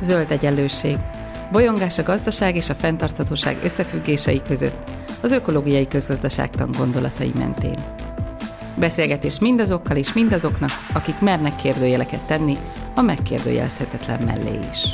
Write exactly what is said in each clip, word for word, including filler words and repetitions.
Zöld egyenlőség. Bolyongás a gazdaság és a fenntarthatóság összefüggései között, az ökológiai közgazdaságtan gondolatai mentén. Beszélgetés mindazokkal és mindazoknak, akik mernek kérdőjeleket tenni a megkérdőjelezhetetlen mellé is.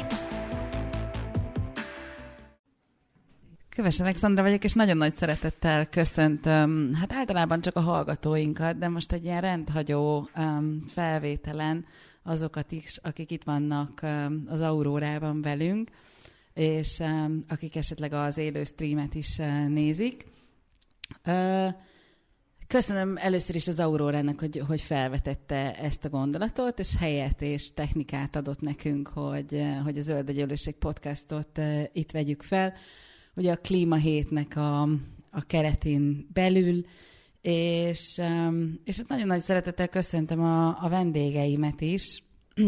Köves Alexandra vagyok, és nagyon nagy szeretettel köszöntöm, hát általában csak a hallgatóinkat, de most egy ilyen rendhagyó um, felvételen azokat is, akik itt vannak um, az Aurórában velünk, és um, akik esetleg az élő streamet is uh, nézik. Uh, köszönöm először is az Aurórának, hogy, hogy felvetette ezt a gondolatot, és helyet és technikát adott nekünk, hogy, uh, hogy a Zöld Egyenlőség podcastot uh, itt vegyük fel. Ugye a klímahétnek a, a keretén belül, és, um, és hát nagyon nagy szeretettel köszöntöm a, a vendégeimet is.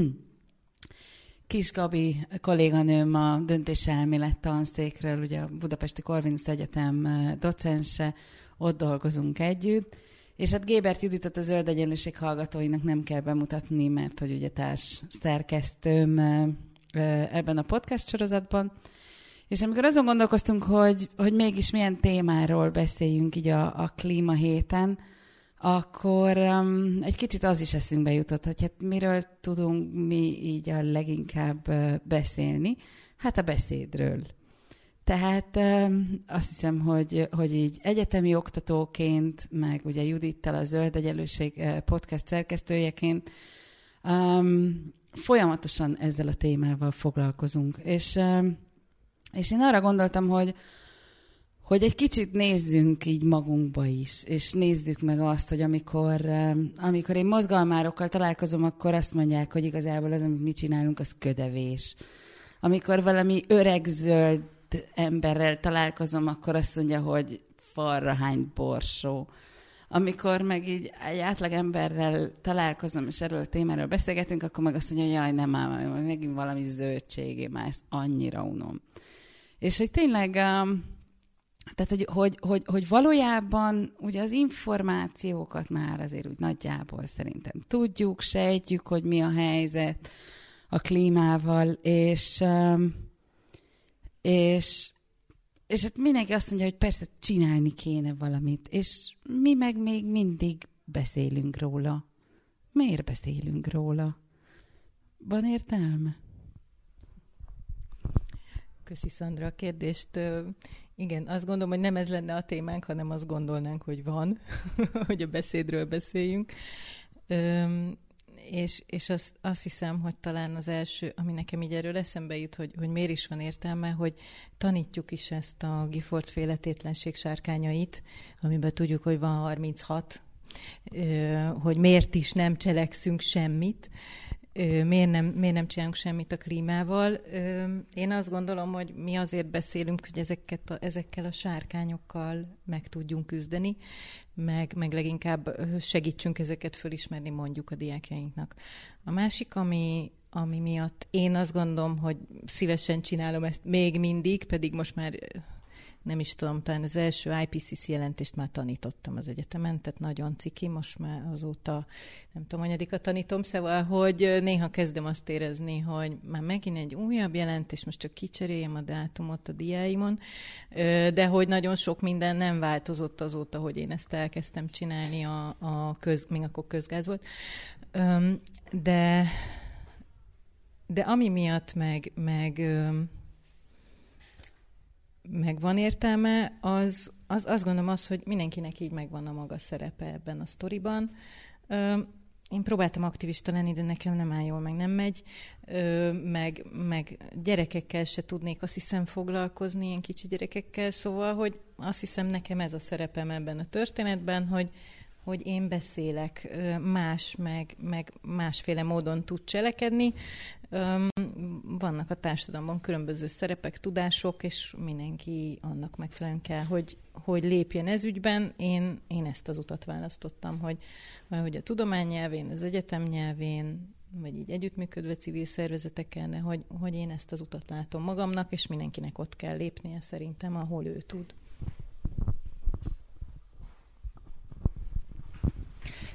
Kis Gabi kolléganőm a döntéselmélet tanszékről, ugye a Budapesti Corvinus Egyetem docense, ott dolgozunk együtt, és hát Gébert Juditot a Zöld Egyenlőség hallgatóinak nem kell bemutatni, mert hogy ugye társ szerkesztőm ebben a podcast sorozatban. És amikor azon gondolkoztunk, hogy, hogy mégis milyen témáról beszéljünk így a, a klímahéten, akkor um, egy kicsit az is eszünkbe jutott, hogy hát miről tudunk mi így a leginkább uh, beszélni? Hát a beszédről. Tehát um, azt hiszem, hogy, hogy így egyetemi oktatóként, meg ugye Judittal a Zöld Egyenlőség uh, podcast szerkesztőjeként um, folyamatosan ezzel a témával foglalkozunk. És um, És én arra gondoltam, hogy, hogy egy kicsit nézzünk így magunkba is, és nézzük meg azt, hogy amikor, amikor én mozgalmárokkal találkozom, akkor azt mondják, hogy igazából az, amit mi csinálunk, az ködevés. Amikor valami öreg zöld emberrel találkozom, akkor azt mondja, hogy falra hány borsó. Amikor meg így egy átlag emberrel találkozom, és erről a témáról beszélgetünk, akkor meg azt mondja, hogy jaj, nem áll, megint valami zöldség, én már ezt annyira unom. És hogy tényleg, um, tehát hogy, hogy, hogy, hogy valójában ugye az információkat már azért úgy nagyjából szerintem tudjuk, sejtjük, hogy mi a helyzet a klímával, és, um, és, és hát mindenki azt mondja, hogy persze csinálni kéne valamit, és mi meg még mindig beszélünk róla. Miért beszélünk róla? Van értelme? Köszi, Szandra, a kérdést. Igen, azt gondolom, hogy nem ez lenne a témánk, hanem azt gondolnánk, hogy van, hogy a beszédről beszéljünk. És, és azt, azt hiszem, hogy talán az első, ami nekem így erről eszembe jut, hogy, hogy miért is van értelme, hogy tanítjuk is ezt a Gifford-féle tétlenség sárkányait, amiben tudjuk, hogy van harminchat, hogy miért is nem cselekszünk semmit, Miért nem, miért nem csinálunk semmit a klímával. Én azt gondolom, hogy mi azért beszélünk, hogy ezeket a, ezekkel a sárkányokkal meg tudjunk küzdeni, meg, meg leginkább segítsünk ezeket fölismerni, mondjuk a diákjainknak. A másik, ami, ami miatt én azt gondolom, hogy szívesen csinálom ezt még mindig, pedig most már nem is tudom, talán az első I P C C jelentést már tanítottam az egyetemen, tehát nagyon ciki, most már azóta nem tudom, anyadika tanítom, szóval, hogy néha kezdem azt érezni, hogy már megint egy újabb jelentés, most csak kicseréljem a dátumot a diáimon, de hogy nagyon sok minden nem változott azóta, hogy én ezt elkezdtem csinálni, a, a köz, még akkor közgáz volt. De, de ami miatt meg, meg meg van értelme, az, az azt gondolom az, hogy mindenkinek így megvan a maga szerepe ebben a sztoriban. Én próbáltam aktivista lenni, de nekem nem áll jól, meg nem megy. Meg, meg gyerekekkel se tudnék azt hiszem foglalkozni, ilyen kicsi gyerekekkel, szóval, hogy azt hiszem nekem ez a szerepem ebben a történetben, hogy, hogy én beszélek, más, meg, meg másféle módon tud cselekedni. Vannak a társadalomban különböző szerepek, tudások, és mindenki annak megfelelően kell, hogy, hogy lépjen ez ügyben. Én, én ezt az utat választottam, hogy, hogy a tudomány nyelvén, az egyetem nyelvén, vagy így együttműködve civil szervezetekkel, de hogy, hogy én ezt az utat látom magamnak, és mindenkinek ott kell lépnie szerintem, ahol ő tud.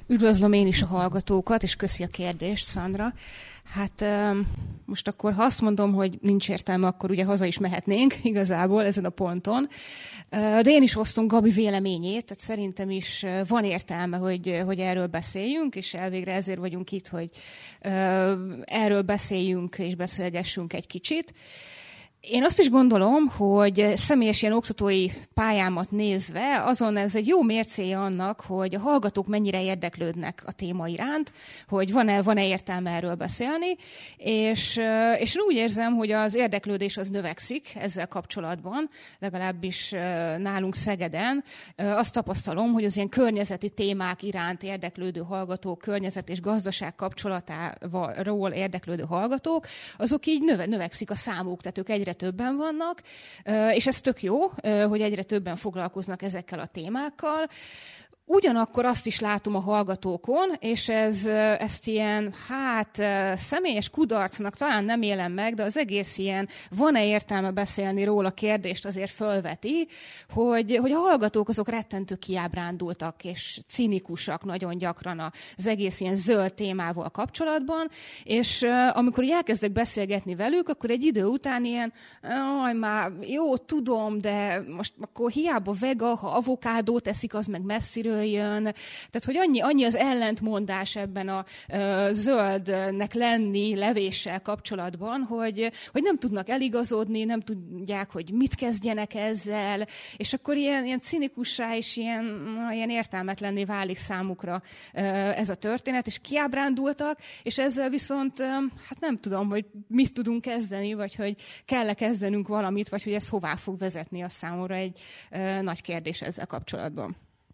Üdvözlöm én is a hallgatókat, és köszi a kérdést, Szandra. Hát most akkor, ha azt mondom, hogy nincs értelme, akkor ugye haza is mehetnénk igazából ezen a ponton. De én is osztom Gabi véleményét, tehát szerintem is van értelme, hogy, hogy erről beszéljünk, és elvégre ezért vagyunk itt, hogy erről beszéljünk és beszélgessünk egy kicsit. Én azt is gondolom, hogy személyes ilyen oktatói pályámat nézve, azon ez egy jó mércéje annak, hogy a hallgatók mennyire érdeklődnek a téma iránt, hogy van-e, van-e értelme erről beszélni, és, és úgy érzem, hogy az érdeklődés az növekszik ezzel kapcsolatban, legalábbis nálunk Szegeden. Azt tapasztalom, hogy az ilyen környezeti témák iránt érdeklődő hallgatók, környezet és gazdaság kapcsolatáról érdeklődő hallgatók, azok így növe, növekszik a számuk, tehát ők egyre többen vannak, és ez tök jó, hogy egyre többen foglalkoznak ezekkel a témákkal. Ugyanakkor azt is látom a hallgatókon, és ez, ezt ilyen, hát személyes kudarcnak talán nem élem meg, de az egész ilyen van-e értelme beszélni róla kérdést azért fölveti, hogy, hogy a hallgatók azok rettentő kiábrándultak és cinikusak nagyon gyakran az egész ilyen zöld témával kapcsolatban, és amikor elkezdek beszélgetni velük, akkor egy idő után ilyen, aj, már jó, tudom, de most akkor hiába vega, ha avokádót eszik, az meg messziről jön. Tehát, hogy annyi, annyi az ellentmondás ebben a uh, zöldnek lenni levéssel kapcsolatban, hogy, hogy nem tudnak eligazodni, nem tudják, hogy mit kezdjenek ezzel, és akkor ilyen, ilyen cinikussá és ilyen, ilyen értelmetlenné válik számukra uh, ez a történet, és kiábrándultak, és ezzel viszont um, hát nem tudom, hogy mit tudunk kezdeni, vagy hogy kell-e kezdenünk valamit, vagy hogy ez hová fog vezetni, a számomra egy uh, nagy kérdés ezzel kapcsolatban.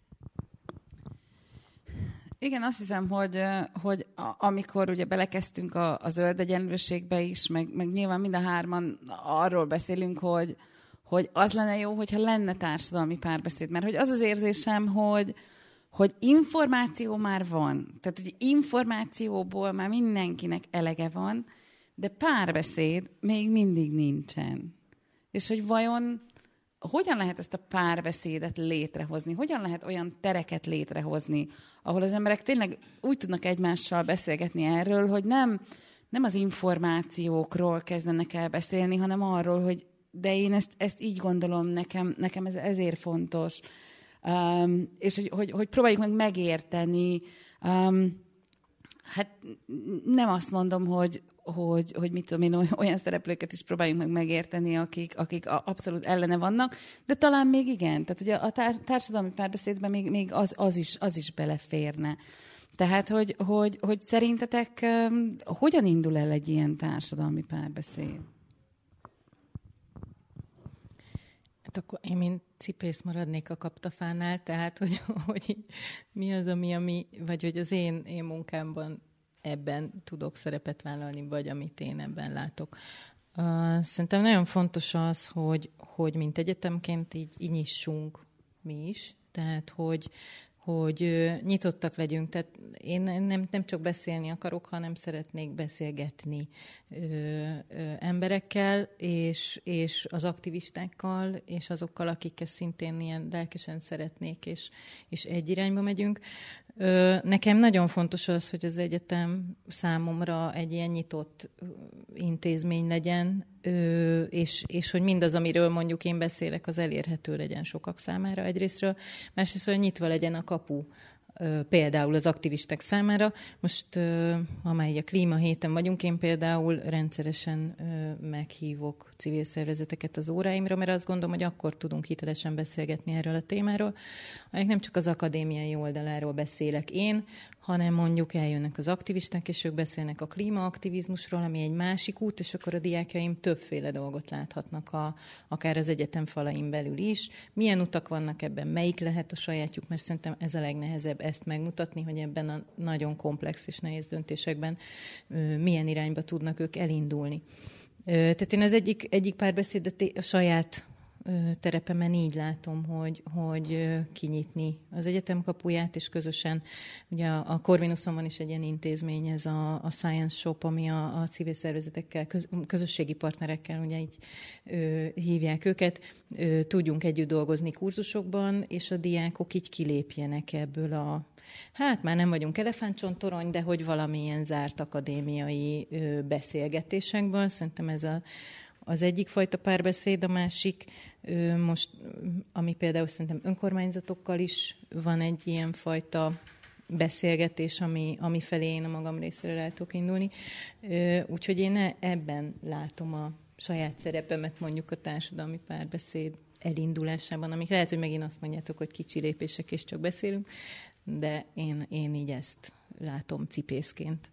Igen, azt hiszem, hogy, hogy amikor ugye belekezdtünk a, a zöld egyenlőségbe is, meg, meg nyilván mind a hárman arról beszélünk, hogy, hogy az lenne jó, hogyha lenne társadalmi párbeszéd. Mert hogy az az érzésem, hogy, hogy információ már van. Tehát, hogy információból már mindenkinek elege van, de párbeszéd még mindig nincsen. És hogy vajon hogyan lehet ezt a párbeszédet létrehozni? Hogyan lehet olyan tereket létrehozni, ahol az emberek tényleg úgy tudnak egymással beszélgetni erről, hogy nem, nem az információkról kezdenek el beszélni, hanem arról, hogy de én ezt, ezt így gondolom, nekem, nekem ez ezért fontos. Um, és hogy, hogy, hogy próbáljuk meg megérteni. Um, hát nem azt mondom, hogy Hogy, hogy mit tudom én, olyan szereplőket is próbáljunk meg megérteni, akik, akik abszolút ellene vannak, de talán még igen. Tehát ugye a tár- társadalmi párbeszédben még, még az, az, is, az is beleférne. Tehát, hogy, hogy, hogy szerintetek um, hogyan indul el egy ilyen társadalmi párbeszéd? Hát akkor én mint cipész maradnék a kaptafánál, tehát, hogy, hogy mi az, ami, ami, vagy hogy az én, én munkámban ebben tudok szerepet vállalni, vagy amit én ebben látok. Uh, szerintem nagyon fontos az, hogy, hogy mint egyetemként így, így nyissunk mi is, tehát hogy, hogy uh, nyitottak legyünk. Tehát én nem, nem csak beszélni akarok, hanem szeretnék beszélgetni uh, uh, emberekkel, és, és az aktivistákkal, és azokkal, akikkel szintén ilyen lelkesen szeretnék, és, és egy irányba megyünk. Nekem nagyon fontos az, hogy az egyetem számomra egy ilyen nyitott intézmény legyen, és, és hogy mindaz, amiről mondjuk én beszélek, az elérhető legyen sokak számára egyrésztről, másrészt, hogy nyitva legyen a kapu például az aktivisták számára. Most, amely a klímahéten vagyunk, én például rendszeresen meghívok civil szervezeteket az óráimra, mert azt gondolom, hogy akkor tudunk hitelesen beszélgetni erről a témáról, amelyek nem csak az akadémiai oldaláról beszélek én, hanem mondjuk eljönnek az aktivisták, és ők beszélnek a klímaaktivizmusról, ami egy másik út, és akkor a diákjaim többféle dolgot láthatnak, a, akár az egyetem falain belül is. Milyen utak vannak ebben, melyik lehet a sajátjuk, mert szerintem ez a legnehezebb ezt megmutatni, hogy ebben a nagyon komplex és nehéz döntésekben milyen irányba tudnak ők elindulni. Tehát én az egyik, egyik párbeszédet a saját terepemen így látom, hogy, hogy kinyitni az egyetem kapuját, és közösen, ugye a, a Corvinuson van is egy ilyen intézmény, ez a, a Science Shop, ami a, a civil szervezetekkel, köz, közösségi partnerekkel, ugye így ö, hívják őket, ö, tudjunk együtt dolgozni kurzusokban, és a diákok így kilépjenek ebből a, hát már nem vagyunk elefántcsontorony, de hogy valamilyen zárt akadémiai ö, beszélgetésekből. Szerintem ez a Az egyik fajta párbeszéd, a másik, most, ami például szerintem önkormányzatokkal is van egy ilyen fajta beszélgetés, ami, ami felé én a magam részéről el tudok indulni. Úgyhogy én ebben látom a saját szerepemet mondjuk a társadalmi párbeszéd elindulásában, amik lehet, hogy megint azt mondjátok, hogy kicsi lépések és csak beszélünk, de én, én így ezt látom cipészként.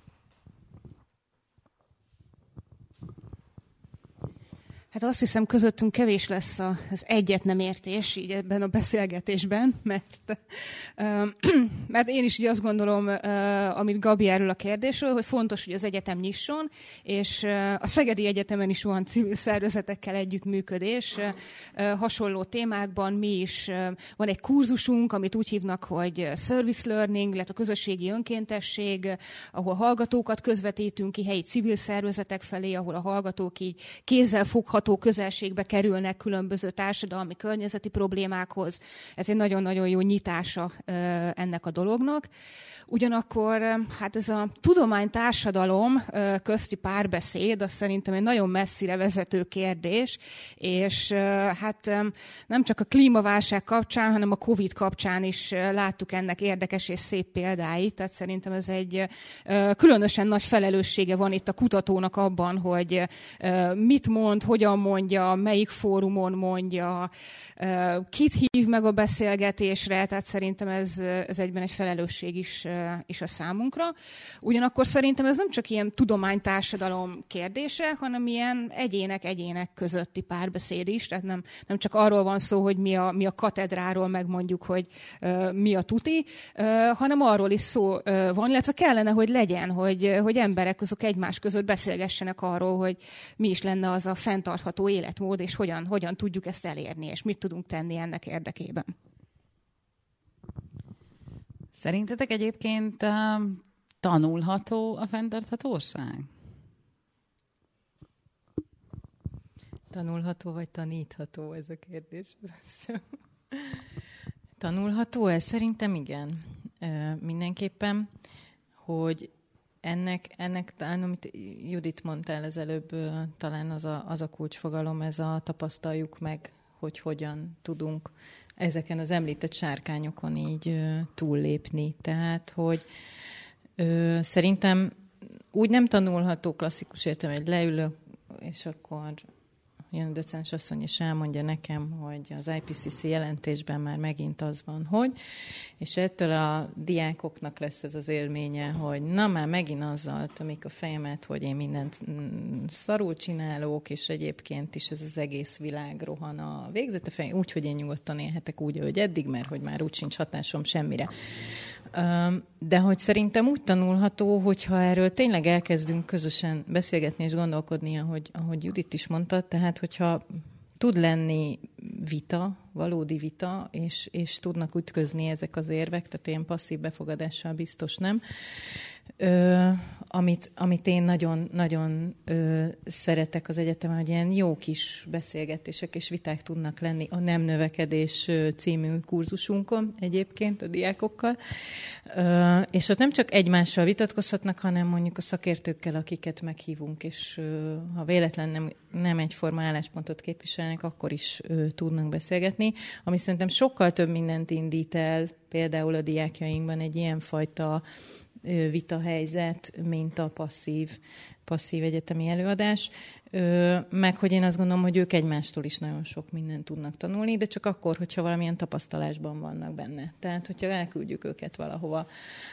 Hát azt hiszem, közöttünk kevés lesz az egyet nem értés így ebben a beszélgetésben, mert, mert én is így azt gondolom, amit Gabi erről a kérdésről, hogy fontos, hogy az egyetem nyisson, és a Szegedi Egyetemen is van civil szervezetekkel együttműködés. Hasonló témákban mi is, van egy kurzusunk, amit úgy hívnak, hogy service learning, illetve a közösségi önkéntesség, ahol hallgatókat közvetítünk ki helyi civil szervezetek felé, ahol a hallgatók így kézzel fogható közelségbe kerülnek különböző társadalmi környezeti problémákhoz. Ez egy nagyon-nagyon jó nyitása ennek a dolognak. Ugyanakkor hát ez a tudománytársadalom közti párbeszéd, az szerintem egy nagyon messzire vezető kérdés, és hát nem csak a klímaválság kapcsán, hanem a Covid kapcsán is láttuk ennek érdekes és szép példáit, tehát szerintem ez egy különösen nagy felelőssége van itt a kutatónak abban, hogy mit mond, hogyan mondja, melyik fórumon mondja, kit hív meg a beszélgetésre, tehát szerintem ez, ez egyben egy felelősség is, is a számunkra. Ugyanakkor szerintem ez nem csak ilyen tudománytársadalom kérdése, hanem ilyen egyének-egyének közötti párbeszéd is, tehát nem, nem csak arról van szó, hogy mi a, mi a katedráról megmondjuk, hogy uh, mi a tuti, uh, hanem arról is szó uh, van, illetve kellene, hogy legyen, hogy, hogy emberek azok egymás között beszélgessenek arról, hogy mi is lenne az a fenntartható életmód, és hogyan, hogyan tudjuk ezt elérni, és mit tudunk tenni ennek érdekében. Szerintetek egyébként uh, tanulható a fenntarthatóság? Tanulható vagy tanítható ez a kérdés? Tanulható ez? Szerintem igen. Uh, mindenképpen, hogy ennek, ennek talán, amit Judit mondtál az előbb, uh, talán az a, az a kulcsfogalom, ez a tapasztaljuk meg, hogy hogyan tudunk ezeken az említett sárkányokon így ö, túllépni. Tehát, hogy ö, szerintem úgy nem tanulható klasszikus értem, hogy leülök, és akkor jön a docens asszony, és elmondja nekem, hogy az i pé cé cé jelentésben már megint az van, hogy, és ettől a diákoknak lesz ez az élménye, hogy na már megint azzal tömik a fejemet, hogy én mindent szarul csinálok, és egyébként is ez az egész világ rohan a végzete fején, úgy, hogy én nyugodtan élhetek úgy, ahogy eddig, mert hogy már úgy sincs hatásom semmire. De hogy szerintem úgy tanulható, hogyha erről tényleg elkezdünk közösen beszélgetni és gondolkodni, ahogy, ahogy Judit is mondta, tehát hogyha tud lenni vita, valódi vita, és, és tudnak ütközni ezek az érvek, tehát ilyen passzív befogadással biztos nem, Ö, amit, amit én nagyon, nagyon ö, szeretek az egyetemen, hogy ilyen jó kis beszélgetések és viták tudnak lenni a Nem növekedés című kurzusunkon egyébként a diákokkal. Ö, és ott nem csak egymással vitatkozhatnak, hanem mondjuk a szakértőkkel, akiket meghívunk, és ö, ha véletlen nem, nem egyforma álláspontot képviselnek, akkor is ö, tudnak beszélgetni, ami szerintem sokkal több mindent indít el, például a diákjainkban egy ilyenfajta vitahelyzet, mint a passzív, passzív egyetemi előadás. Meg hogy én azt gondolom, hogy ők egymástól is nagyon sok mindent tudnak tanulni, de csak akkor, hogyha valamilyen tapasztalásban vannak benne. Tehát, hogyha elküldjük őket valahova,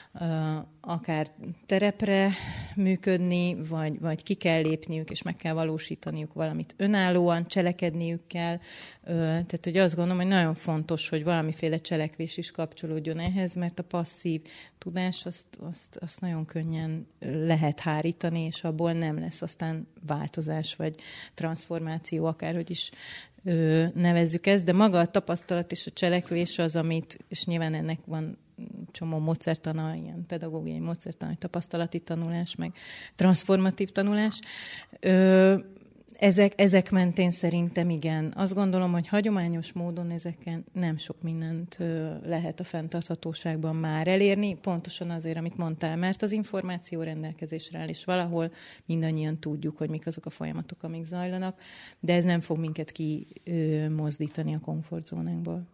akár terepre működni, vagy, vagy ki kell lépniük, és meg kell valósítaniuk valamit önállóan, cselekedniük kell. Tehát, hogy azt gondolom, hogy nagyon fontos, hogy valamiféle cselekvés is kapcsolódjon ehhez, mert a passzív tudás azt, azt, azt nagyon könnyen lehet hárítani, és abból abból nem lesz aztán változás, vagy transformáció, akárhogy is ö, nevezzük ezt, de maga a tapasztalat és a cselekvés az, amit, és nyilván ennek van csomó módszertana, ilyen pedagógiai módszertana, tapasztalati tanulás, meg transformatív tanulás. Ö, Ezek, ezek mentén szerintem igen. Azt gondolom, hogy hagyományos módon ezeken nem sok mindent lehet a fenntarthatóságban már elérni, pontosan azért, amit mondtál, mert az információ rendelkezésre áll, és valahol mindannyian tudjuk, hogy mik azok a folyamatok, amik zajlanak, de ez nem fog minket kimozdítani a komfortzónánkból.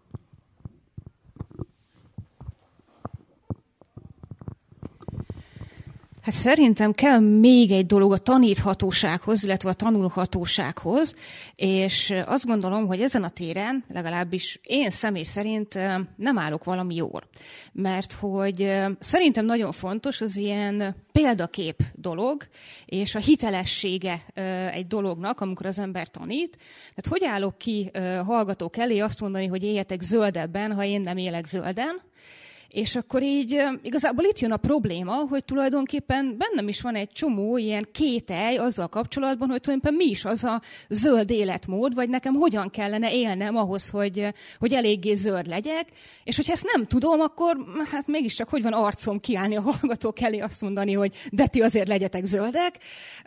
Hát szerintem kell még egy dolog a taníthatósághoz, illetve a tanulhatósághoz, és azt gondolom, hogy ezen a téren, legalábbis én személy szerint nem állok valami jól. Mert hogy szerintem nagyon fontos az ilyen példakép dolog, és a hitelessége egy dolognak, amikor az ember tanít. Tehát hogy állok ki hallgatók elé azt mondani, hogy éljetek zöldebben, ha én nem élek zölden, és akkor így igazából itt jön a probléma, hogy tulajdonképpen bennem is van egy csomó ilyen kételj azzal kapcsolatban, hogy tulajdonképpen mi is az a zöld életmód, vagy nekem hogyan kellene élnem ahhoz, hogy, hogy eléggé zöld legyek. És hogyha ezt nem tudom, akkor hát mégiscsak hogy van arcom kiállni a hallgatók elé azt mondani, hogy de ti azért legyetek zöldek.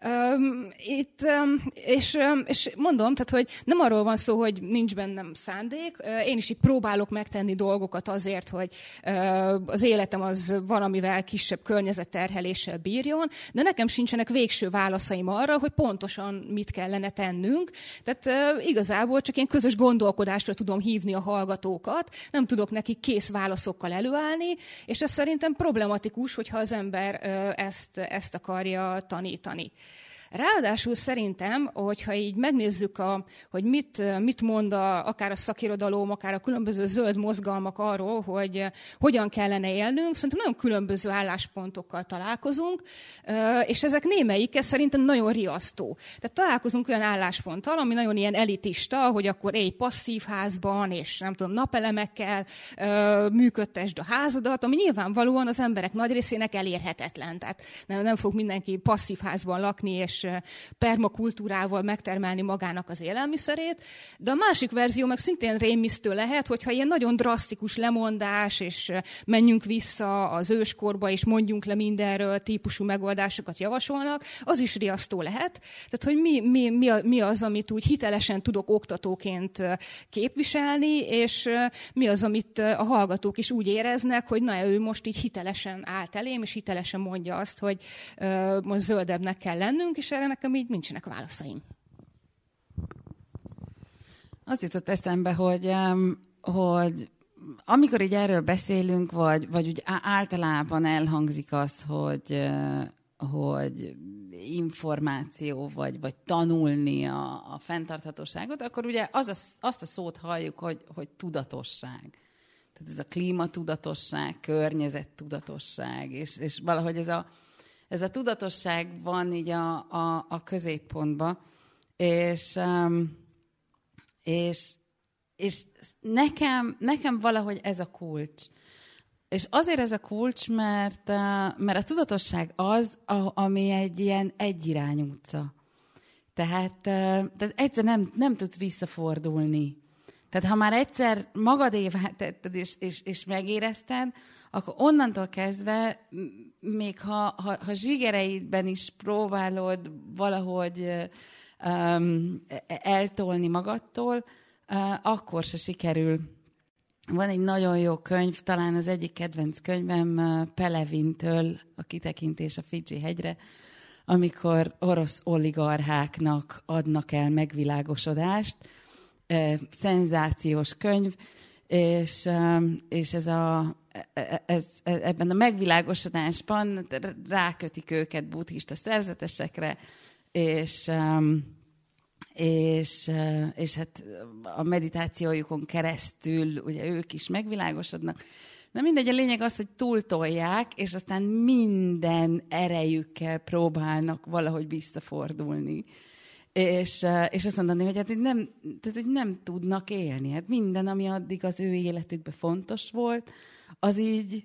Itt, és, és mondom, tehát, hogy nem arról van szó, hogy nincs bennem szándék. Én is így próbálok megtenni dolgokat azért, hogy az életem az valamivel kisebb környezetterheléssel bírjon, de nekem sincsenek végső válaszaim arra, hogy pontosan mit kellene tennünk. Tehát uh, igazából csak én közös gondolkodásra tudom hívni a hallgatókat, nem tudok nekik kész válaszokkal előállni, és ez szerintem problematikus, hogyha az ember uh, ezt, ezt akarja tanítani. Ráadásul szerintem, hogyha így megnézzük, a, hogy mit, mit mond a, akár a szakirodalom, akár a különböző zöld mozgalmak arról, hogy hogyan kellene élnünk, szerintem nagyon különböző álláspontokkal találkozunk, és ezek némelyike szerintem nagyon riasztó. Tehát találkozunk olyan állásponttal, ami nagyon ilyen elitista, hogy akkor élj passzív házban, és nem tudom, napelemekkel működtesd a házadat, ami nyilvánvalóan az emberek nagy részének elérhetetlen. Tehát nem, nem fog mindenki passzív házban lakni, és permakultúrával megtermelni magának az élelmiszerét, de a másik verzió meg szintén rémisztő lehet, hogyha ilyen nagyon drasztikus lemondás, és menjünk vissza az őskorba, és mondjunk le mindenről, típusú megoldásokat javasolnak, az is riasztó lehet. Tehát, hogy mi, mi, mi, a, mi az, amit úgy hitelesen tudok oktatóként képviselni, és mi az, amit a hallgatók is úgy éreznek, hogy na, ő most így hitelesen állt elém, és hitelesen mondja azt, hogy uh, most zöldebbnek kell lennünk, és erre nekem így nincsenek válaszaim. Az jutott eszembe, hogy, hogy amikor így erről beszélünk, vagy, vagy úgy általában elhangzik az, hogy, hogy információ, vagy, vagy tanulni a, a fenntarthatóságot, akkor ugye az a, azt a szót halljuk, hogy, hogy tudatosság. Tehát ez a klímatudatosság, környezettudatosság, és, és valahogy ez a Ez a tudatosság van így a, a, a középpontban, és, um, és, és nekem, nekem valahogy ez a kulcs. És azért ez a kulcs, mert, uh, mert a tudatosság az, a, ami egy ilyen egyirányú utca. Tehát, uh, tehát egyszer nem, nem tudsz visszafordulni. Tehát ha már egyszer magadévá tetted és, és, és megérezted, akkor onnantól kezdve, még ha, ha, ha zsigereidben is próbálod valahogy um, eltolni magadtól, uh, akkor se sikerül. Van egy nagyon jó könyv, talán az egyik kedvenc könyvem uh, Pelevintől, a Kitekintés a Fidzsi hegyre, amikor orosz oligarcháknak adnak el megvilágosodást. Uh, szenzációs könyv, és, és ez a, ez, ebben a megvilágosodásban rákötik őket buddhista szerzetesekre, és, és, és hát a meditációjukon keresztül ugye ők is megvilágosodnak. Na mindegy, a lényeg az, hogy túltolják, és aztán minden erejükkel próbálnak valahogy visszafordulni. És, és azt mondani, hogy hát nem, tehát, hogy nem tudnak élni. Hát minden, ami addig az ő életükben fontos volt, az így,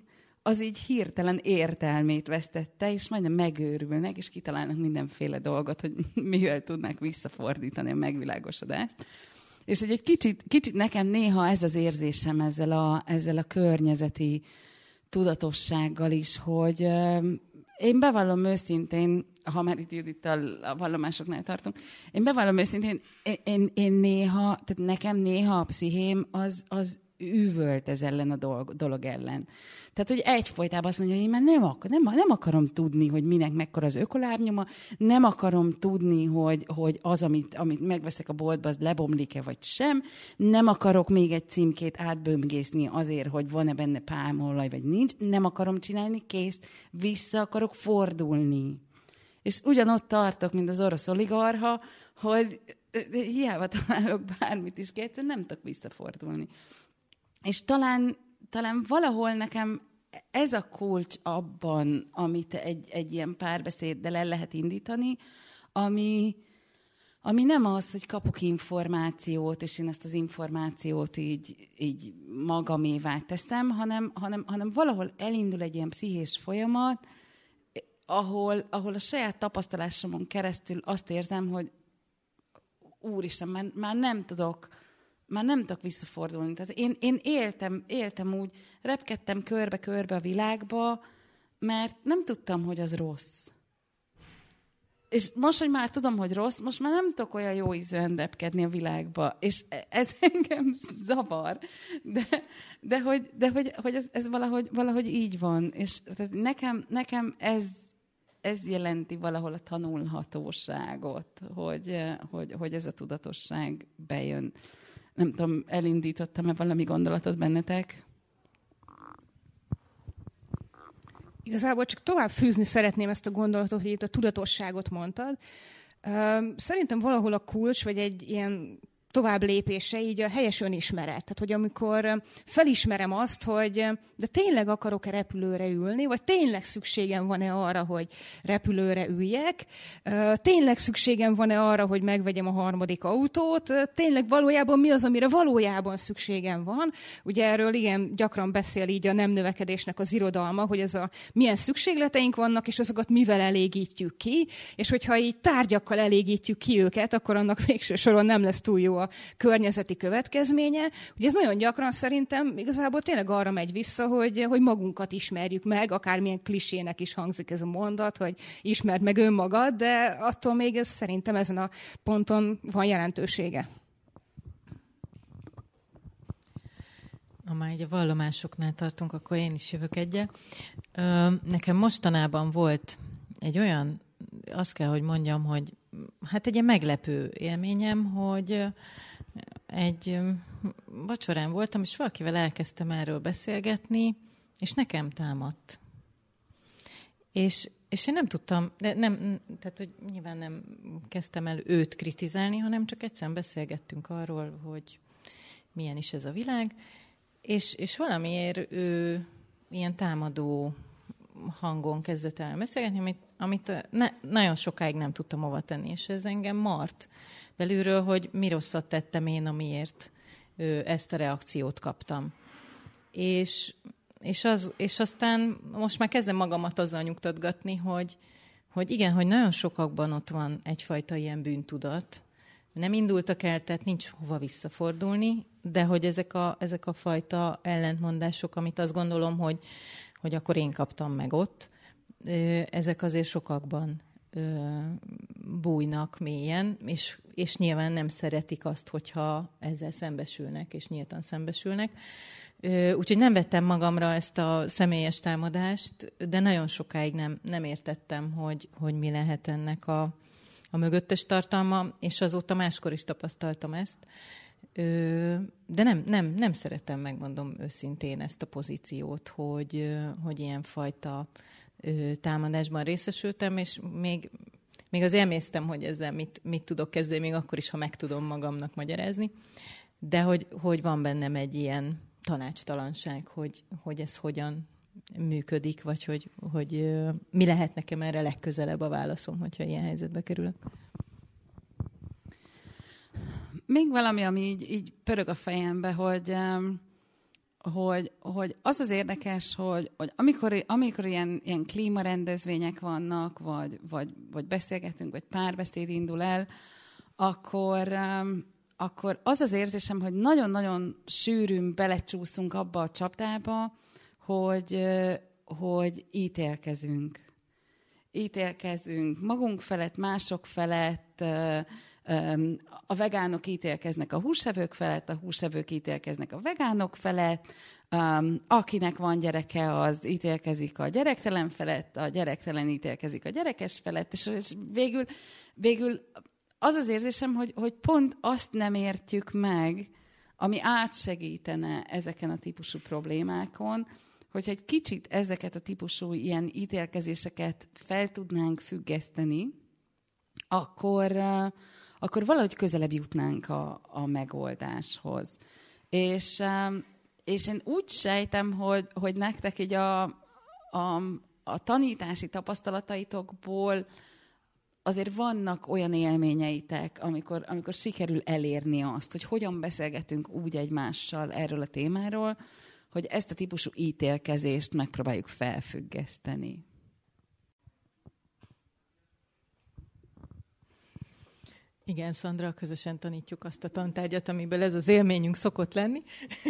az így hirtelen értelmét vesztette, és majdnem megőrülnek, és kitalálnak mindenféle dolgot, hogy mivel tudnák visszafordítani a megvilágosodást. És hogy egy kicsit, kicsit nekem néha ez az érzésem ezzel a, ezzel a környezeti tudatossággal is, hogy euh, én bevallom őszintén, ha már itt Judittal a vallomásoknál tartunk, én bevallom őszintén, én, én, én néha, tehát nekem néha a pszichém az, az üvölt ez ellen a dolog, dolog ellen. Tehát, hogy egyfolytában azt mondja, hogy én már nem, akar, nem, nem akarom tudni, hogy minek mekkora az ökolábnyoma, nem akarom tudni, hogy, hogy az, amit, amit megveszek a boltba, az lebomlik-e vagy sem, nem akarok még egy címkét átbömgészni azért, hogy van-e benne pálmaolaj, vagy nincs, nem akarom csinálni, kész, vissza akarok fordulni. És ugyanott tartok, mint az orosz oligarcha, hogy hiába találok bármit is, kétszer nem tudok visszafordulni. És talán, talán valahol nekem ez a kulcs abban, amit egy, egy ilyen párbeszéddel el lehet indítani, ami, ami nem az, hogy kapok információt, és én ezt az információt így, így magamévá teszem, hanem, hanem, hanem valahol elindul egy ilyen pszichés folyamat, ahol, ahol a saját tapasztalásomon keresztül azt érzem, hogy úristen, már, már nem tudok, már nem tudok visszafordulni. Tehát én, én éltem, éltem úgy, repkedtem körbe-körbe a világba, mert nem tudtam, hogy az rossz. És most, hogy már tudom, hogy rossz, most már nem tudok olyan jó ízűen repkedni a világba. És ez engem zavar. De, de, hogy, de hogy, hogy ez, ez valahogy, valahogy így van. És tehát nekem, nekem ez, ez jelenti valahol a tanulhatóságot, hogy, hogy, hogy ez a tudatosság bejön. Nem tudom, elindítottam-e valami gondolatot bennetek? Igazából csak tovább fűzni szeretném ezt a gondolatot, hogy itt a tudatosságot mondtad. Szerintem valahol a kulcs, vagy egy ilyen tovább lépése így a helyes önismeret. Tehát, hogy amikor felismerem azt, hogy de tényleg akarok-e repülőre ülni, vagy tényleg szükségem van-e arra, hogy repülőre üljek, tényleg szükségem van-e arra, hogy megvegyem a harmadik autót, tényleg valójában mi az, amire valójában szükségem van. Ugye erről igen gyakran beszél így a nem növekedésnek az irodalma, hogy ez a milyen szükségleteink vannak, és azokat mivel elégítjük ki, és hogyha így tárgyakkal elégítjük ki őket, akkor annak végső soron nem lesz túl jó a környezeti következménye. Ugye ez nagyon gyakran szerintem igazából tényleg arra megy vissza, hogy, hogy magunkat ismerjük meg, akármilyen klisének is hangzik ez a mondat, hogy ismerd meg önmagad, de attól még ez szerintem ezen a ponton van jelentősége. Ha már egy a vallomásoknál tartunk, akkor én is jövök egyel. Nekem mostanában volt egy olyan, azt kell, hogy mondjam, hogy hát egy ilyen meglepő élményem, hogy egy vacsorán voltam, és valakivel elkezdtem erről beszélgetni, és nekem támadt. És, és én nem tudtam, de nem, tehát hogy nyilván nem kezdtem el őt kritizálni, hanem csak egyszerűen beszélgettünk arról, hogy milyen is ez a világ, és, és valamiért ő ilyen támadó hangon kezdett el beszélgetni, amit, amit ne, nagyon sokáig nem tudtam hova tenni, és ez engem mart belülről, hogy mi rosszat tettem én, amiért ö, ezt a reakciót kaptam. És, és, az, és aztán most már kezdem magamat azzal nyugtatgatni, hogy, hogy igen, hogy nagyon sokakban ott van egyfajta ilyen bűntudat. Nem indultak el, tehát nincs hova visszafordulni, de hogy ezek a, ezek a fajta ellentmondások, amit azt gondolom, hogy hogy akkor én kaptam meg ott, ezek azért sokakban bújnak mélyen, és, és nyilván nem szeretik azt, hogyha ezzel szembesülnek, és nyíltan szembesülnek. Úgyhogy nem vettem magamra ezt a személyes támadást, de nagyon sokáig nem, nem értettem, hogy, hogy mi lehet ennek a, a mögöttes tartalma, és azóta máskor is tapasztaltam ezt. De nem, nem, nem szeretem, megmondom őszintén ezt a pozíciót, hogy, hogy ilyenfajta támadásban részesültem, és még, még az élméztem, hogy ezzel mit, mit tudok kezdeni, még akkor is, ha meg tudom magamnak magyarázni, de hogy, hogy van bennem egy ilyen tanácstalanság, hogy, hogy ez hogyan működik, vagy hogy, hogy mi lehet nekem erre legközelebb a válaszom, hogyha ilyen helyzetbe kerülök. Még valami, ami így, így pörög a fejembe, hogy um, hogy, hogy az az érdekes, hogy, hogy amikor, amikor ilyen, ilyen klímarendezvények vannak, vagy, vagy, vagy beszélgetünk, vagy párbeszéd indul el, akkor, akkor az az érzésem, hogy nagyon-nagyon sűrűn belecsúszunk abba a csapdába, hogy, hogy ítélkezünk. Ítélkezünk magunk felett, mások felett, a vegánok ítélkeznek a húsevők felett, a húsevők ítélkeznek a vegánok felett, akinek van gyereke, az ítélkezik a gyerektelen felett, a gyerektelen ítélkezik a gyerekes felett, és végül, végül az az érzésem, hogy, hogy pont azt nem értjük meg, ami átsegítene ezeken a típusú problémákon, hogyha egy kicsit ezeket a típusú ilyen ítélkezéseket fel tudnánk függeszteni, akkor, akkor valahogy közelebb jutnánk a, a megoldáshoz. És, és én úgy sejtem, hogy, hogy nektek így a, a, a tanítási tapasztalataitokból azért vannak olyan élményeitek, amikor, amikor sikerül elérni azt, hogy hogyan beszélgetünk úgy egymással erről a témáról, hogy ezt a típusú ítélkezést megpróbáljuk felfüggeszteni. Igen, Szandra, közösen tanítjuk azt a tantárgyat, amiből ez az élményünk szokott lenni,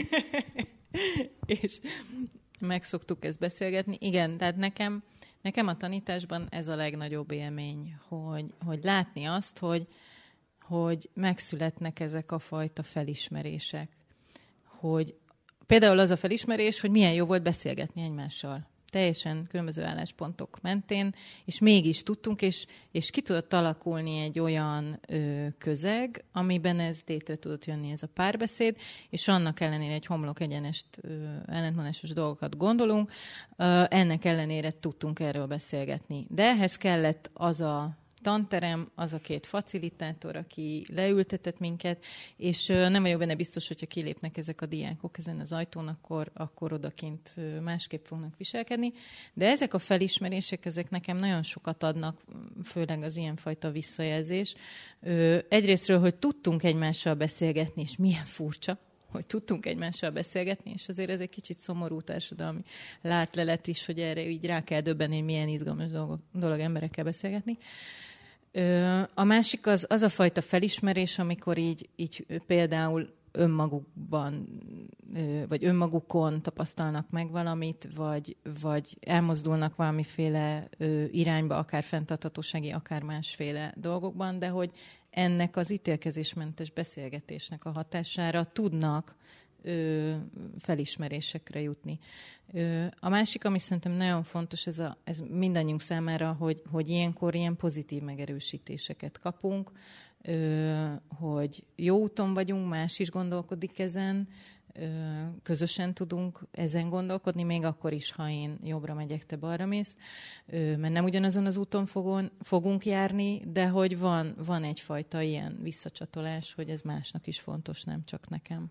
és meg szoktuk ezt beszélgetni. Igen, tehát nekem, nekem a tanításban ez a legnagyobb élmény, hogy, hogy látni azt, hogy, hogy megszületnek ezek a fajta felismerések. Hogy például az a felismerés, hogy milyen jó volt beszélgetni egymással. Teljesen különböző álláspontok mentén, és mégis tudtunk, és, és ki tudott alakulni egy olyan ö, közeg, amiben ez létre tudott jönni, ez a párbeszéd, és annak ellenére egy homlok egyenest ö, ellentmondásos dolgokat gondolunk, ö, ennek ellenére tudtunk erről beszélgetni. De ehhez kellett az a tanterem, az a két facilitátor, aki leültetett minket, és nem vagyok benne biztos, hogyha kilépnek ezek a diákok ezen az ajtón, akkor, akkor odakint másképp fognak viselkedni. De ezek a felismerések, ezek nekem nagyon sokat adnak, főleg az ilyenfajta visszajelzés. Egyrésztről, hogy tudtunk egymással beszélgetni, és milyen furcsa, hogy tudtunk egymással beszélgetni, és azért ez egy kicsit szomorú társadalmi látlelet is, hogy erre így rá kell döbbenni, hogy milyen izgalmas dolog, dolog emberekkel beszélgetni. A másik az, az a fajta felismerés, amikor így, így például önmagukban, vagy önmagukon tapasztalnak meg valamit, vagy, vagy elmozdulnak valamiféle irányba, akár fenntarthatósági, akár másféle dolgokban, de hogy ennek az ítélkezésmentes beszélgetésnek a hatására tudnak ö, felismerésekre jutni. Ö, a másik, ami szerintem nagyon fontos, ez, a, ez mindannyiunk számára, hogy, hogy ilyenkor ilyen pozitív megerősítéseket kapunk, ö, hogy jó úton vagyunk, más is gondolkodik ezen, közösen tudunk ezen gondolkodni, még akkor is, ha én jobbra megyek, te balra mész, mert nem ugyanazon az úton fogon, fogunk járni, de hogy van, van egyfajta ilyen visszacsatolás, hogy ez másnak is fontos, nem csak nekem.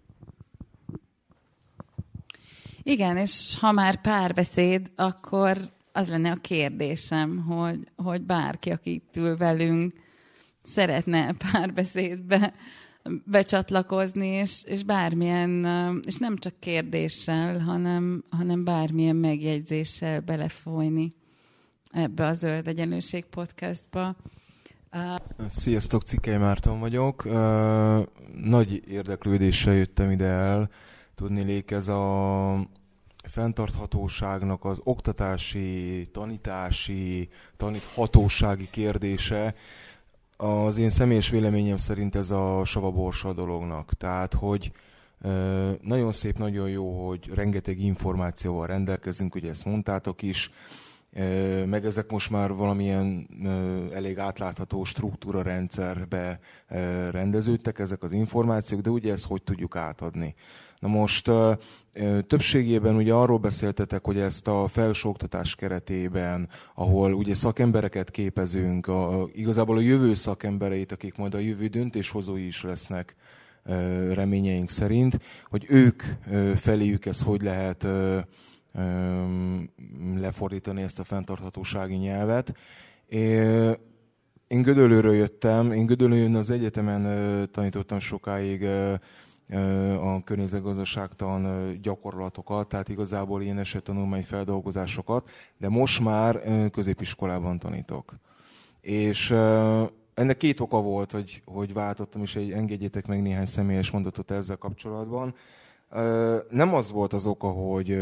Igen, és ha már párbeszéd, akkor az lenne a kérdésem, hogy, hogy bárki, aki itt ül velünk, szeretne párbeszédbe becsatlakozni, és, és bármilyen, és nem csak kérdéssel, hanem, hanem bármilyen megjegyzéssel belefolyni ebbe a Zöld Egyenlőség podcastba. Sziasztok, Cikkely Márton vagyok. Nagy érdeklődéssel jöttem ide el. Tudniillik, ez a fenntarthatóságnak az oktatási, tanítási, taníthatósági kérdése, az én személyes véleményem szerint ez a savaborsa a dolognak. Tehát, hogy nagyon szép, nagyon jó, hogy rengeteg információval rendelkezünk, ugye ezt mondtátok is, meg ezek most már valamilyen elég átlátható struktúrarendszerbe rendeződtek ezek az információk, de ugye ezt hogy tudjuk átadni? Na most többségében ugye arról beszéltetek, hogy ezt a felsőoktatás keretében, ahol ugye szakembereket képezünk, a, igazából a jövő szakembereit, akik majd a jövő döntéshozói is lesznek reményeink szerint, hogy ők feléjük ezt hogy lehet lefordítani, ezt a fenntarthatósági nyelvet. Én Gödöllőről jöttem, én Gödöllőn az egyetemen tanítottam sokáig a környezetgazdaságtan gyakorlatokat, tehát igazából ilyen esettanulmány feldolgozásokat, de most már középiskolában tanítok. És ennek két oka volt, hogy, hogy váltottam, és engedjétek meg néhány személyes mondatot ezzel kapcsolatban. Nem az volt az oka, hogy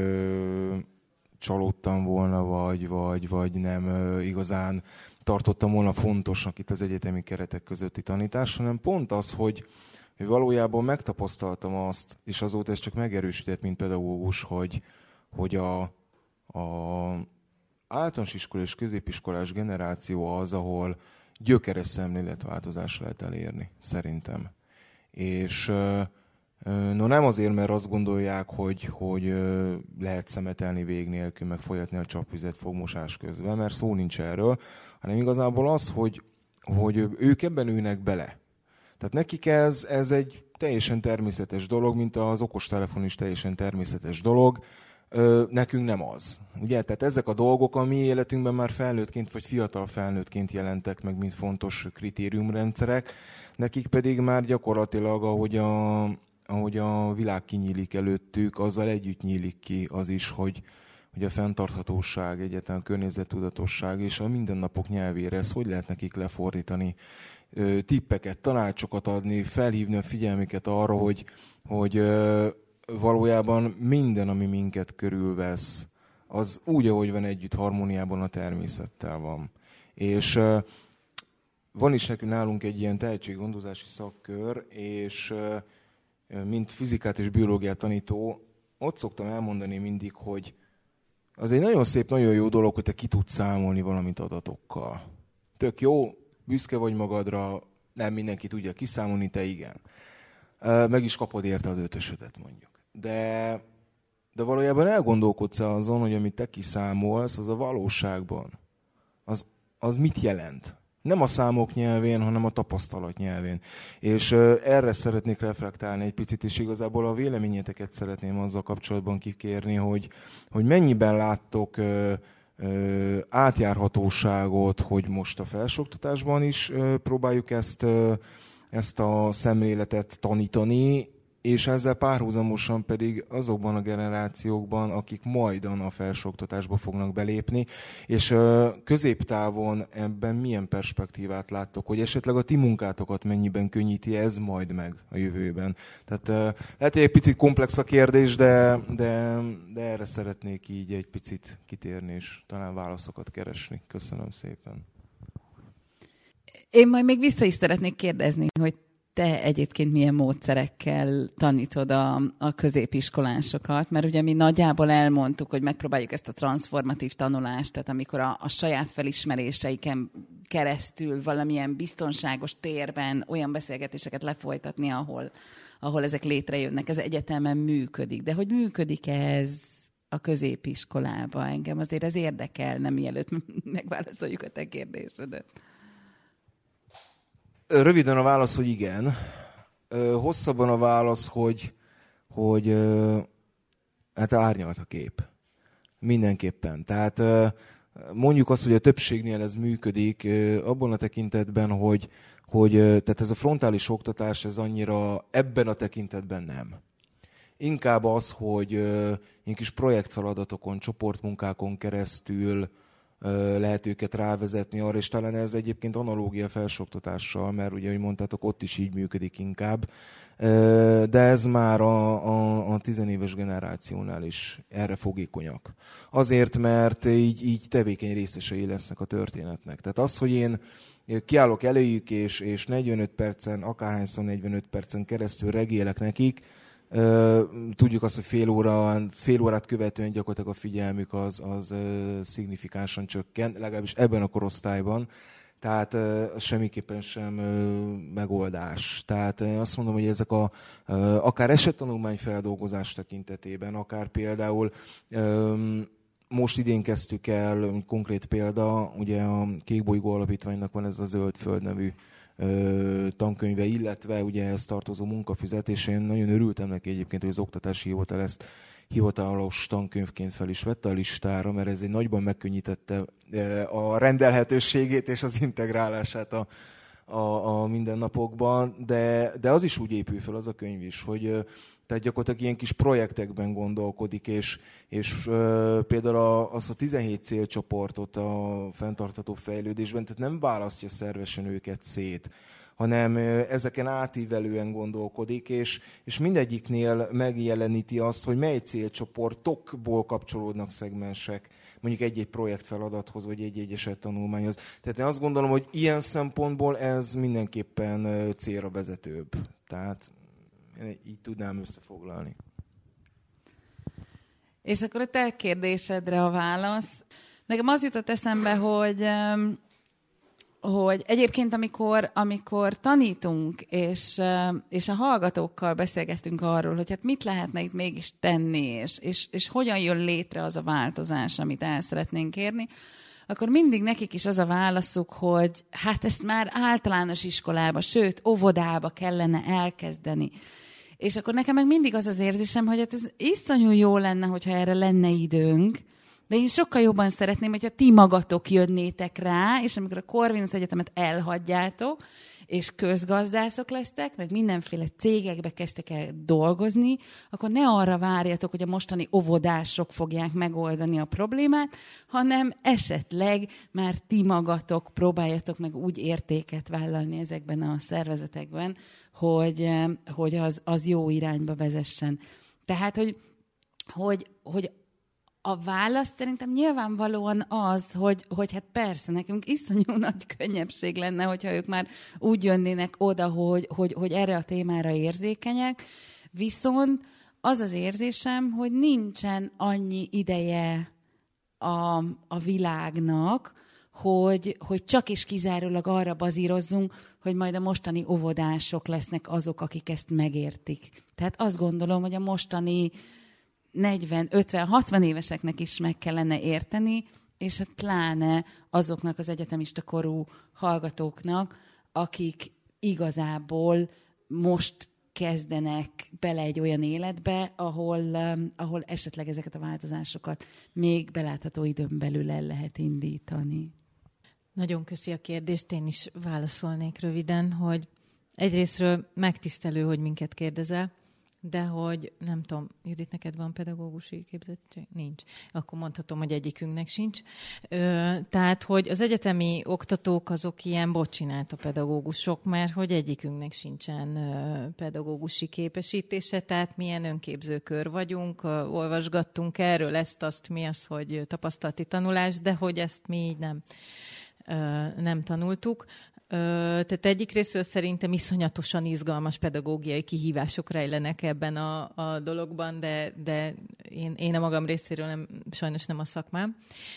csalódtam volna, vagy, vagy, vagy nem igazán tartottam volna fontosnak itt az egyetemi keretek közötti tanítás, hanem pont az, hogy valójában megtapasztaltam azt, és azóta ez csak megerősített, mint pedagógus, hogy, hogy a, a általános iskola és középiskolás generáció az, ahol gyökeres szemléletváltozás lehet elérni, szerintem. És no nem azért, mert azt gondolják, hogy, hogy lehet szemetelni vég nélkül, meg folyatni a csapvizet fogmosás közben, mert szó nincs erről, hanem igazából az, hogy, hogy ők ebben ülnek bele. Tehát nekik ez, ez egy teljesen természetes dolog, mint az okostelefon is teljesen természetes dolog, nekünk nem az. Ugye? Tehát ezek a dolgok a mi életünkben már felnőttként vagy fiatal felnőttként jelentek meg, mint fontos kritériumrendszerek, nekik pedig már gyakorlatilag, ahogy a, ahogy a világ kinyílik előttük, azzal együtt nyílik ki az is, hogy, hogy a fenntarthatóság, egyáltalán a környezettudatosság és a mindennapok nyelvére, ezt hogy lehet nekik lefordítani, tippeket, tanácsokat adni, felhívni a figyelmüket arra, hogy, hogy valójában minden, ami minket körülvesz, az úgy, ahogy van együtt harmóniában a természettel van. És van is nekünk nálunk egy ilyen tehetséggondozási szakkör, és mint fizikát és biológiát tanító, ott szoktam elmondani mindig, hogy az egy nagyon szép, nagyon jó dolog, hogy te ki tudsz számolni valamit adatokkal. Tök jó, büszke vagy magadra, nem mindenki tudja kiszámolni, te igen. Meg is kapod érte az ötösödet mondjuk. De, de valójában elgondolkodsz azon, hogy amit te kiszámolsz, az a valóságban, az, az mit jelent? Nem a számok nyelvén, hanem a tapasztalat nyelvén. És erre szeretnék reflektálni egy picit, és igazából a véleményeteket szeretném azzal kapcsolatban kikérni, hogy, hogy mennyiben láttok átjárhatóságot, hogy most a felsőoktatásban is próbáljuk ezt, ezt a szemléletet tanítani, és ezzel párhuzamosan pedig azokban a generációkban, akik majdan a felsőoktatásba fognak belépni, és középtávon ebben milyen perspektívát láttok, hogy esetleg a ti munkátokat mennyiben könnyíti ez majd meg a jövőben. Tehát lehet, hogy egy picit komplex a kérdés, de, de, de erre szeretnék így egy picit kitérni, és talán válaszokat keresni. Köszönöm szépen. Én majd még vissza is szeretnék kérdezni, hogy te egyébként milyen módszerekkel tanítod a, a középiskolásokat, mert ugye mi nagyjából elmondtuk, hogy megpróbáljuk ezt a transformatív tanulást, tehát amikor a, a saját felismeréseiken keresztül valamilyen biztonságos térben olyan beszélgetéseket lefolytatni, ahol, ahol ezek létrejönnek, ez egyetemen működik. De hogy működik ez a középiskolában? Engem azért ez érdekelne, mielőtt megválaszoljuk a te kérdésedet. Röviden a válasz, hogy igen. Hosszabban a válasz, hogy, hogy hát árnyalt a kép. Mindenképpen. Tehát mondjuk azt, hogy a többségnél ez működik, abban a tekintetben, hogy, hogy tehát ez a frontális oktatás, ez annyira ebben a tekintetben nem. Inkább az, hogy ilyen kis projektfeladatokon, csoportmunkákon keresztül lehet őket rávezetni arra, és talán ez egyébként analógia felsőoktatással, mert ugye, ahogy mondtátok, ott is így működik inkább. De ez már a, a, a tizenéves generációnál is erre fogékonyak. Azért, mert így, így tevékeny részesei lesznek a történetnek. Tehát az, hogy én kiállok előjük, és, és negyvenöt percen, akárhányszor negyvenöt percen keresztül regélek nekik, tudjuk azt, hogy fél, óra, fél órát követően gyakorlatilag a figyelmük az, az szignifikánsan csökken, legalábbis ebben a korosztályban. Tehát semmiképpen sem megoldás. Tehát azt mondom, hogy ezek a, akár esettanulmány feldolgozás tekintetében, akár például most idén kezdtük el, konkrét példa, ugye a Kékbolygó Alapítványnak van ez a Zöld Föld nevű tankönyve, illetve ugye ez tartozó munkafüzet, és én nagyon örültem neki egyébként, hogy az Oktatási Hivatal ezt hivatalos tankönyvként fel is vette a listára, mert ez egy nagyban megkönnyítette a rendelhetőségét és az integrálását a, a, a mindennapokban, de, de az is úgy épül fel, az a könyv is, hogy tehát gyakorlatilag ilyen kis projektekben gondolkodik, és, és uh, például a, az a tizenhét célcsoportot a fenntartható fejlődésben, tehát nem választja szervesen őket szét, hanem ezeken átívelően gondolkodik, és, és mindegyiknél megjeleníti azt, hogy mely célcsoportokból kapcsolódnak szegmensek, mondjuk egy-egy projektfeladathoz, vagy egy-egy esettanulmányhoz. Tehát én azt gondolom, hogy ilyen szempontból ez mindenképpen célra vezetőbb. Tehát így tudnám összefoglalni. És akkor a te kérdésedre a válasz. Nekem az jutott eszembe, hogy, hogy egyébként amikor, amikor tanítunk, és, és a hallgatókkal beszélgetünk arról, hogy hát mit lehetne itt mégis tenni, és, és, és hogyan jön létre az a változás, amit el szeretnénk érni, akkor mindig nekik is az a válaszuk, hogy hát ezt már általános iskolába, sőt, óvodába kellene elkezdeni. És akkor nekem meg mindig az az érzésem, hogy hát ez iszonyú jó lenne, hogyha erre lenne időnk, de én sokkal jobban szeretném, hogyha ti magatok jönnétek rá, és amikor a Corvinus Egyetemet elhagyjátok, és közgazdászok lesztek, meg mindenféle cégekbe kezdtek el dolgozni, akkor ne arra várjatok, hogy a mostani óvodások fogják megoldani a problémát, hanem esetleg már ti magatok próbáljatok meg úgy értéket vállalni ezekben a szervezetekben, hogy, hogy az, az jó irányba vezessen. Tehát, hogy, hogy, hogy a válasz szerintem nyilvánvalóan az, hogy, hogy hát persze, nekünk iszonyú nagy könnyebbség lenne, hogyha ők már úgy jönnének oda, hogy, hogy, hogy erre a témára érzékenyek, viszont az az érzésem, hogy nincsen annyi ideje a, a világnak, hogy, hogy csak és kizárólag arra bazírozzunk, hogy majd a mostani óvodások lesznek azok, akik ezt megértik. Tehát azt gondolom, hogy a mostani negyven, ötven, hatvan éveseknek is meg kellene érteni, és hát pláne azoknak az egyetemista korú hallgatóknak, akik igazából most kezdenek bele egy olyan életbe, ahol, um, ahol esetleg ezeket a változásokat még belátható időn belül el lehet indítani. Nagyon köszi a kérdést, én is válaszolnék röviden, hogy egyrésztről megtisztelő, hogy minket kérdezel, de hogy nem tudom, Judit, neked van pedagógusi képzettség? Nincs. Akkor mondhatom, hogy egyikünknek sincs. Ö, tehát, hogy az egyetemi oktatók azok ilyen bocsinált a pedagógusok, mert hogy egyikünknek sincsen ö, pedagógusi képesítése, tehát milyen önképzőkör vagyunk, ö, olvasgattunk erről ezt-azt, mi az, hogy tapasztalati tanulás, de hogy ezt mi így nem, ö, nem tanultuk. Tehát egyik részről szerintem iszonyatosan izgalmas pedagógiai kihívások rejlenek ebben a, a dologban, de, de én, én a magam részéről nem, sajnos nem a szakmám,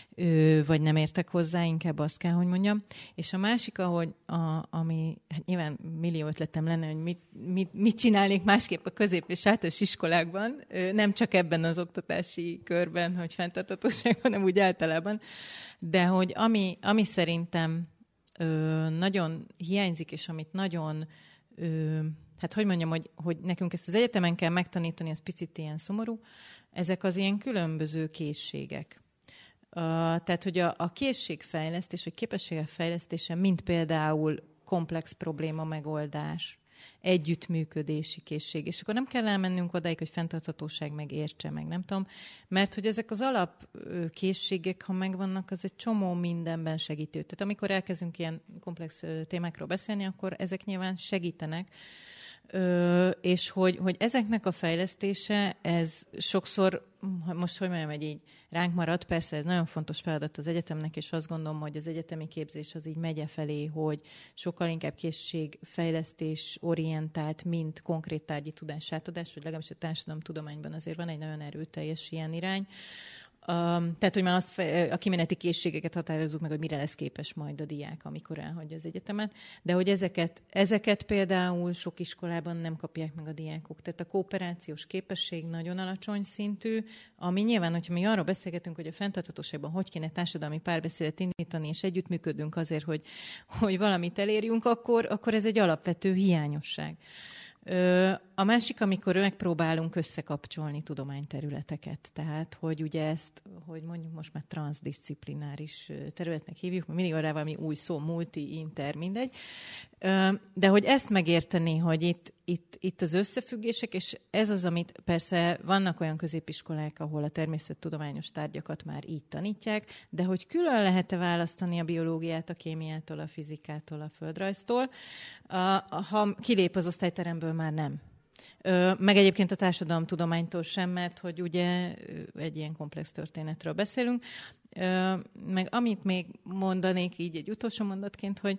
vagy nem értek hozzá, inkább azt kell, hogy mondjam. És a másik, ahogy a, ami, hát nyilván millió ötletem lenne, hogy mit, mit, mit csinálnék másképp a közép- és általános iskolákban, nem csak ebben az oktatási körben, hogy fenntarthatóság, hanem úgy általában, de hogy ami, ami szerintem Ö, nagyon hiányzik, és amit nagyon, ö, hát hogy mondjam, hogy, hogy nekünk ezt az egyetemen kell megtanítani, ez picit ilyen szomorú, ezek az ilyen különböző készségek. Ö, tehát, hogy a, a készségfejlesztés, vagy képességek fejlesztése, mint például komplex probléma megoldás, együttműködési készség, és akkor nem kell elmennünk odáig, hogy fenntarthatóság meg értse, meg nem tudom, mert hogy ezek az alapkészségek, ha megvannak, az egy csomó mindenben segítő. Tehát amikor elkezdünk ilyen komplex témákról beszélni, akkor ezek nyilván segítenek, Ö, és hogy, hogy ezeknek a fejlesztése, ez sokszor, most hogy mondjam, hogy így ránk marad, persze ez nagyon fontos feladat az egyetemnek, és azt gondolom, hogy az egyetemi képzés az így megye felé, hogy sokkal inkább készségfejlesztés orientált, mint konkrét tárgyi tudásátadás, hogy legalábbis a társadalomtudományban azért van egy nagyon erőteljes ilyen irány. Um, tehát, hogy már azt, a kimeneti készségeket határozzuk meg, hogy mire lesz képes majd a diák, amikor elhagyja az egyetemet, de hogy ezeket, ezeket például sok iskolában nem kapják meg a diákok. Tehát a kooperációs képesség nagyon alacsony szintű, ami nyilván, hogyha mi arról beszélgetünk, hogy a fenntarthatóságban hogy kéne társadalmi párbeszédet indítani, és együttműködünk azért, hogy, hogy valamit elérjünk, akkor, akkor ez egy alapvető hiányosság. A másik, amikor megpróbálunk összekapcsolni tudományterületeket. Tehát, hogy ugye ezt, hogy mondjuk most már transzdisziplináris területnek hívjuk, mert mindig arra valami új szó, multi, inter, mindegy. De hogy ezt megérteni, hogy itt, itt, itt az összefüggések, és ez az, amit persze vannak olyan középiskolák, ahol a természettudományos tárgyakat már így tanítják, de hogy külön lehet-e választani a biológiát, a kémiától, a fizikától, a földrajztól, ha kilép az osztályteremből, már nem. Meg egyébként a társadalomtudománytól sem, mert hogy ugye egy ilyen komplex történetről beszélünk. Meg amit még mondanék így egy utolsó mondatként, hogy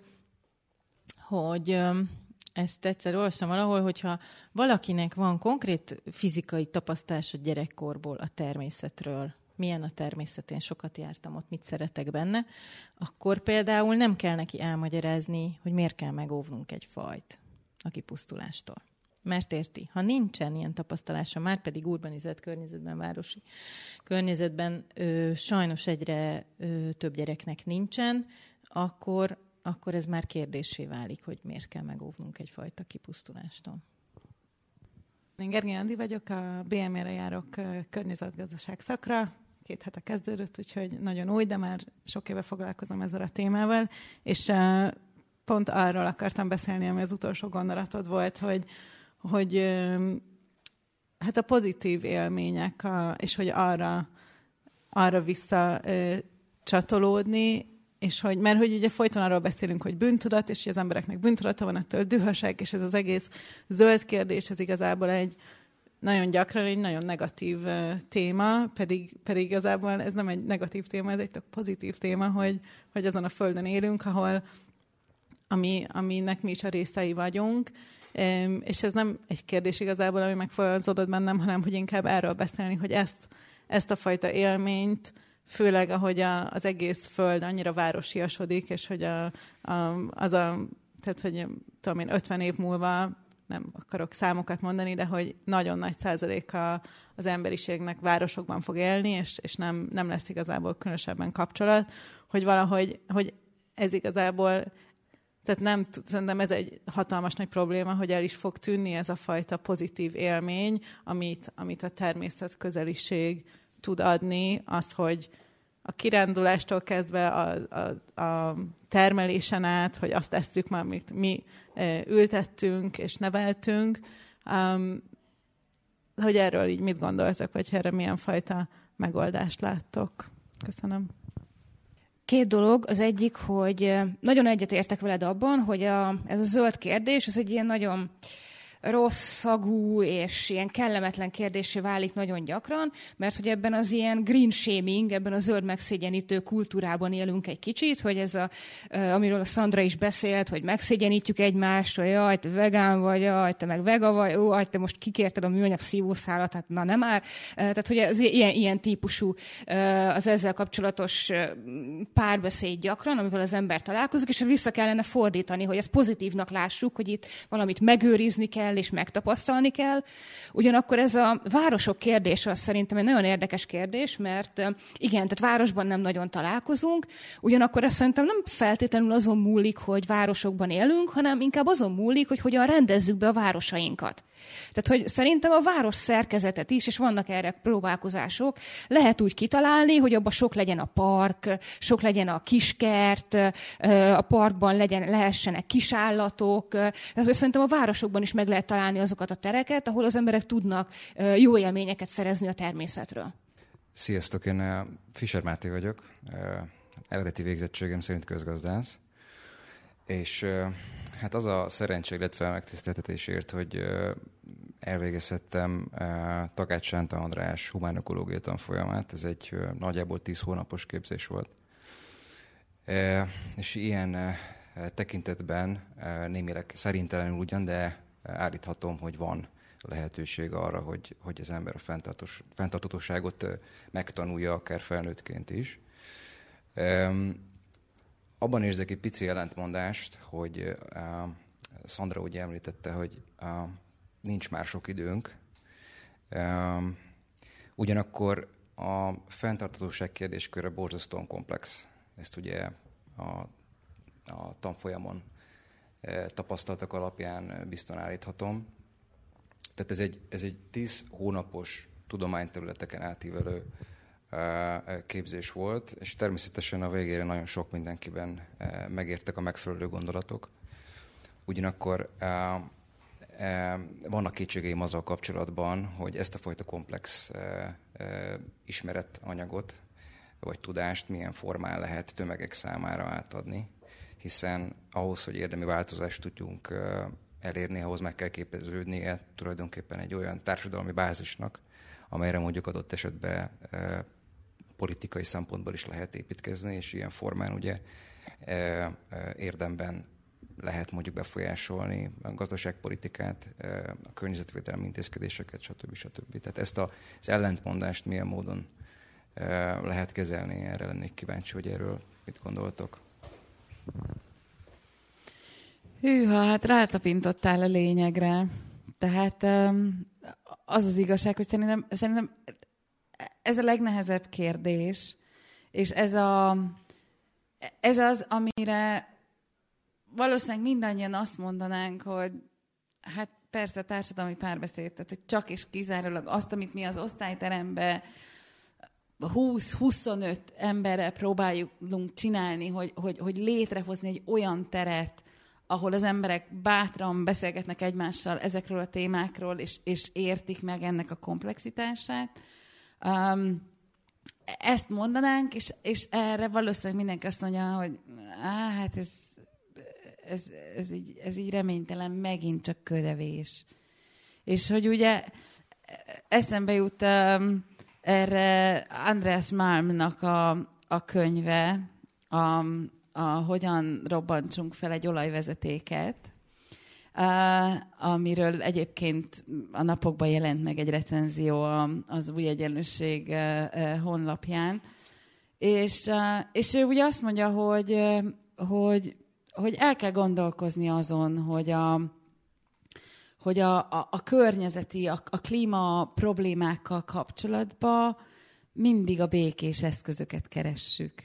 hogy ezt egyszer olvastam valahol, hogyha valakinek van konkrét fizikai tapasztalás a gyerekkorból a természetről, milyen a természet, én sokat jártam ott, mit szeretek benne, akkor például nem kell neki elmagyarázni, hogy miért kell megóvnunk egy fajt a kipusztulástól. Mert érti, ha nincsen ilyen tapasztalása, már pedig urbanizált környezetben, városi környezetben ö, sajnos egyre ö, több gyereknek nincsen, akkor akkor ez már kérdéssé válik, hogy miért kell megóvnunk egyfajta kipusztulástól. Én Gergely Andi vagyok, a bé em é-re járok környezetgazdaság szakra. Két hete kezdődött, úgyhogy nagyon új, de már sok éve foglalkozom ezzel a témával, és pont arról akartam beszélni, ami az utolsó gondolatod volt, hogy, hogy hát a pozitív élmények, a, és hogy arra, arra vissza csatolódni, és hogy, mert hogy ugye folyton arról beszélünk, hogy bűntudat, és hogy az embereknek bűntudata van, ettől dühösek, és ez az egész zöld kérdés, ez igazából egy nagyon gyakran egy nagyon negatív uh, téma, pedig, pedig igazából ez nem egy negatív téma, ez egy tök pozitív téma, hogy, hogy azon a földön élünk, ahol ami, aminek mi is a részei vagyunk, um, és ez nem egy kérdés igazából, ami megfogalmazódott bennem, hanem hogy inkább erről beszélni, hogy ezt, ezt a fajta élményt, főleg ahogy a, az egész föld annyira városiasodik, és hogy a, a, az a, tehát hogy tudom én, ötven év múlva, nem akarok számokat mondani, de hogy nagyon nagy százaléka az emberiségnek városokban fog élni, és, és nem, nem lesz igazából különösebben kapcsolat, hogy valahogy, hogy ez igazából, tehát nem, szerintem ez egy hatalmas nagy probléma, hogy el is fog tűnni ez a fajta pozitív élmény, amit, amit a természet közeliség tud adni, az, hogy a kirándulástól kezdve a, a, a termelésen át, hogy azt esztük már, amit mi ültettünk és neveltünk, um, hogy erről így mit gondoltak, vagy erre milyen fajta megoldást láttok. Köszönöm. Két dolog. Az egyik, hogy nagyon egyetértek veled abban, hogy a, ez a zöld kérdés, ez egy ilyen nagyon rossz szagú és ilyen kellemetlen kérdésé válik nagyon gyakran, mert hogy ebben az ilyen green shaming, ebben a zöld megszégyenítő kultúrában élünk egy kicsit, hogy ez a, amiről a Szandra is beszélt, hogy megszégyenítjük egymást, hogy jaj, te vegán vagy, jaj, te meg vega vagy, ó, jaj, te most kikérted a műanyag szívószálat, hát na nem már. Tehát, hogy ez ilyen, ilyen típusú az ezzel kapcsolatos párbeszéd gyakran, amivel az ember találkozik, és vissza kellene fordítani, hogy ezt pozitívnak lássuk, hogy itt valamit megőrizni kell, és megtapasztalni kell. Ugyanakkor ez a városok kérdése az szerintem egy nagyon érdekes kérdés, mert igen, tehát városban nem nagyon találkozunk, ugyanakkor ez szerintem nem feltétlenül azon múlik, hogy városokban élünk, hanem inkább azon múlik, hogy hogyan rendezzük be a városainkat. Tehát, hogy szerintem a város szerkezetet is, és vannak erre próbálkozások, lehet úgy kitalálni, hogy abban sok legyen a park, sok legyen a kiskert, a parkban legyen, lehessenek kisállatok. Tehát, szerintem a városokban is meg lehet találni azokat a tereket, ahol az emberek tudnak jó élményeket szerezni a természetről. Sziasztok, én Fischer Máté vagyok, eredeti végzettségem szerint közgazdász, és hát az a szerencsé, illetve megtiszteltetésért, hogy elvégezhettem Takács Sánta András humánökológiai tanfolyamát, ez egy nagyjából tíz hónapos képzés volt. És ilyen tekintetben némileg szerintelenül ugyan, de állíthatom, hogy van lehetőség arra, hogy, hogy az ember a fenntarthatóságot megtanulja, akár felnőttként is. Abban érzek egy pici ellentmondást, hogy Szandra ugye említette, hogy nincs már sok időnk. Ugyanakkor a fenntarthatóság kérdésköre borzasztóan komplex. Ezt ugye a, a tanfolyamon tapasztaltak alapján biztosan állíthatom. Tehát ez egy, ez egy tíz hónapos tudományterületeken átívelő képzés volt, és természetesen a végére nagyon sok mindenkiben megértek a megfelelő gondolatok. Ugyanakkor vannak kétségeim azzal kapcsolatban, hogy ezt a fajta komplex ismeretanyagot vagy tudást milyen formán lehet tömegek számára átadni, hiszen ahhoz, hogy érdemi változást tudjunk elérni, ahhoz meg kell képeződnie tulajdonképpen egy olyan társadalmi bázisnak, amelyre mondjuk adott esetben politikai szempontból is lehet építkezni, és ilyen formán ugye érdemben lehet mondjuk befolyásolni a gazdaságpolitikát, a környezetvédelmi intézkedéseket, stb. stb. Tehát ezt az ellentmondást milyen módon lehet kezelni, erre lennék kíváncsi, hogy erről mit gondoltok. Hűha, hát rátapintottál a lényegre. Tehát az az igazság, hogy szerintem, szerintem ez a legnehezebb kérdés, és ez, a, ez az, amire valószínűleg mindannyian azt mondanánk, hogy hát persze a társadalmi párbeszéd, tehát hogy csak és kizárólag azt, amit mi az osztályteremben húsz-huszonöt emberrel próbáljuk csinálni, hogy, hogy, hogy létrehozni egy olyan teret, ahol az emberek bátran beszélgetnek egymással ezekről a témákról, és, és értik meg ennek a komplexitását. Um, ezt mondanánk, és, és erre valószínűleg mindenki azt mondja, hogy á, hát ez, ez, ez, így, ez így reménytelen, megint csak ködevés. És hogy ugye eszembe jut um, erre Andreas Malmnak a, a könyve, a, a Hogyan robbantsunk fel egy olajvezetéket, uh, amiről egyébként a napokban jelent meg egy recenzió az Új Egyenlőség uh, uh, honlapján. És, uh, és ő ugye azt mondja, hogy, uh, hogy, hogy el kell gondolkozni azon, hogy a, hogy a, a, a környezeti, a, a klíma problémákkal kapcsolatban mindig a békés eszközöket keressük.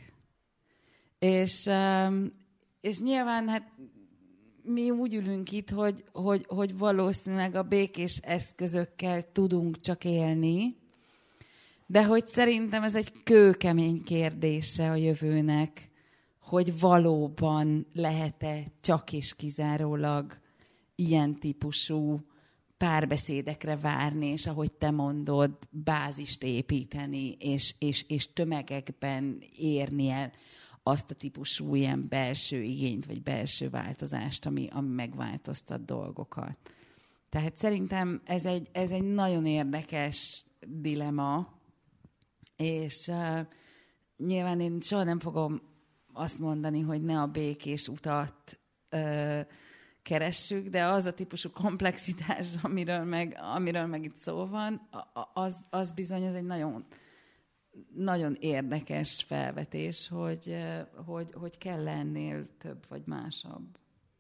És, és nyilván hát mi úgy ülünk itt, hogy, hogy, hogy valószínűleg a békés eszközökkel tudunk csak élni, de hogy szerintem ez egy kőkemény kérdése a jövőnek, hogy valóban lehet-e csak és kizárólag ilyen típusú párbeszédekre várni, és ahogy te mondod, bázist építeni, és, és, és tömegekben érni el azt a típusú ilyen belső igényt, vagy belső változást, ami, ami megváltoztat dolgokat. Tehát szerintem ez egy, ez egy nagyon érdekes dilema, és uh, nyilván én soha nem fogom azt mondani, hogy ne a békés utat uh, keressük, de az a típusú komplexitás, amiről meg, amiről meg itt szó van, az, az bizony ez egy nagyon, nagyon érdekes felvetés, hogy, hogy, hogy kell ennél több vagy másabb.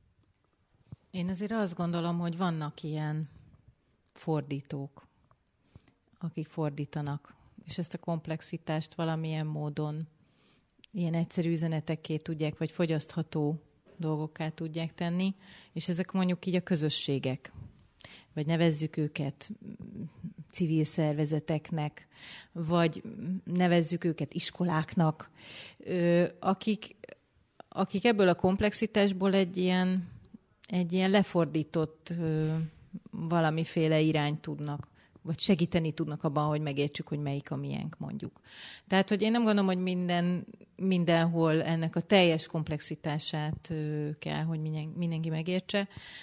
Én azért azt gondolom, hogy vannak ilyen fordítók, akik fordítanak, és ezt a komplexitást valamilyen módon ilyen egyszerű üzenetekké tudják, vagy fogyasztható dolgokká tudják tenni, és ezek mondjuk így a közösségek, vagy nevezzük őket civil szervezeteknek, vagy nevezzük őket iskoláknak, akik, akik ebből a komplexitásból egy ilyen, egy ilyen lefordított valamiféle irányt tudnak, vagy segíteni tudnak abban, hogy megértsük, hogy melyik a miénk, mondjuk. Tehát, hogy én nem gondolom, hogy minden, mindenhol ennek a teljes komplexitását kell, hogy mindenki megértse,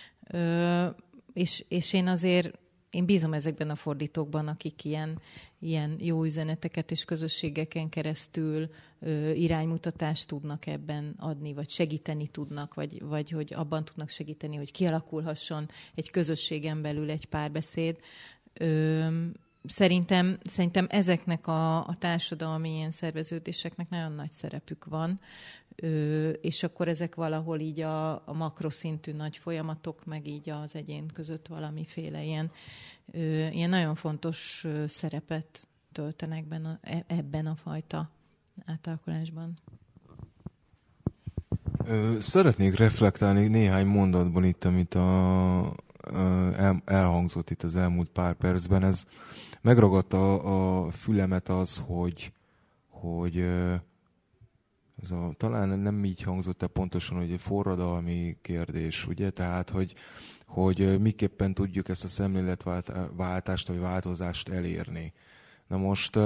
és, és én azért én bízom ezekben a fordítókban, akik ilyen, ilyen jó üzeneteket és közösségeken keresztül ö, iránymutatást tudnak ebben adni, vagy segíteni tudnak, vagy, vagy hogy abban tudnak segíteni, hogy kialakulhasson egy közösségen belül egy párbeszéd. Ö, szerintem, szerintem ezeknek a, a társadalmi ilyen szerveződéseknek nagyon nagy szerepük van, ö, és akkor ezek valahol így a, a makroszintű nagy folyamatok, meg így az egyén között valamiféle ilyen, ö, ilyen nagyon fontos ö, szerepet töltenek benne, a, ebben a fajta átalakulásban. Ö, szeretnék reflektálni néhány mondatban itt, amit a El, elhangzott itt az elmúlt pár percben. Ez megragadta a, a fülemet az, hogy, hogy ez a, talán nem így hangzott el pontosan, hogy egy forradalmi kérdés, ugye? Tehát, hogy, hogy miképpen tudjuk ezt a szemléletváltást vagy változást elérni. Na most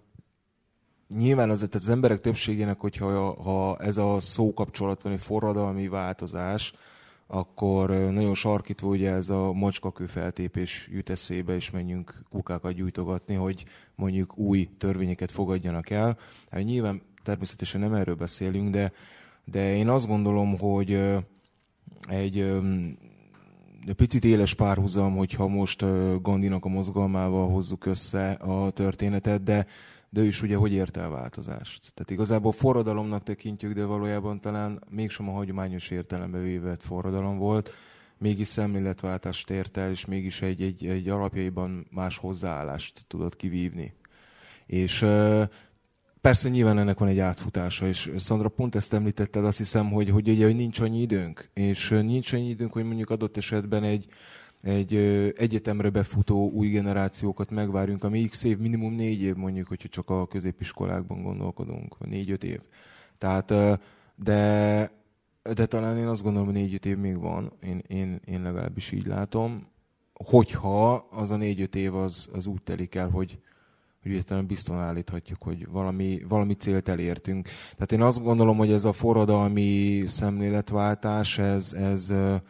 nyilván az, az emberek többségének, hogyha ha ez a szókapcsolat van, egy forradalmi változás, akkor nagyon sarkítva ugye ez a macskakő feltépés jut eszébe, és menjünk kukákat gyújtogatni, hogy mondjuk új törvényeket fogadjanak el. Hát nyilván természetesen nem erről beszélünk, de, de én azt gondolom, hogy egy, egy picit éles párhuzam, hogyha most Gandhinak a mozgalmával hozzuk össze a történetet, de de ő is ugye hogy érte el változást. Tehát igazából forradalomnak tekintjük, de valójában talán mégsem a hagyományos értelembe vévett forradalom volt, mégis szemléletváltást ért el, és mégis egy, egy, egy alapjaiban más hozzáállást tudott kivívni. És persze nyilván ennek van egy átfutása, és Szandra pont ezt említetted, azt hiszem, hogy, hogy, ugye, hogy nincs annyi időnk, és nincs annyi időnk, hogy mondjuk adott esetben egy egy egyetemre befutó új generációkat megvárjunk, ami x év, minimum négy év mondjuk, hogyha csak a középiskolákban gondolkodunk, vagy négy-öt év. Tehát, de, de talán én azt gondolom, hogy négy-öt év még van, én, én, én legalábbis így látom, hogyha az a négy-öt év az, az úgy telik el, hogy, hogy egyáltalán biztosan állíthatjuk, hogy valami, valami célt elértünk. Tehát én azt gondolom, hogy ez a forradalmi szemléletváltás, ez, ez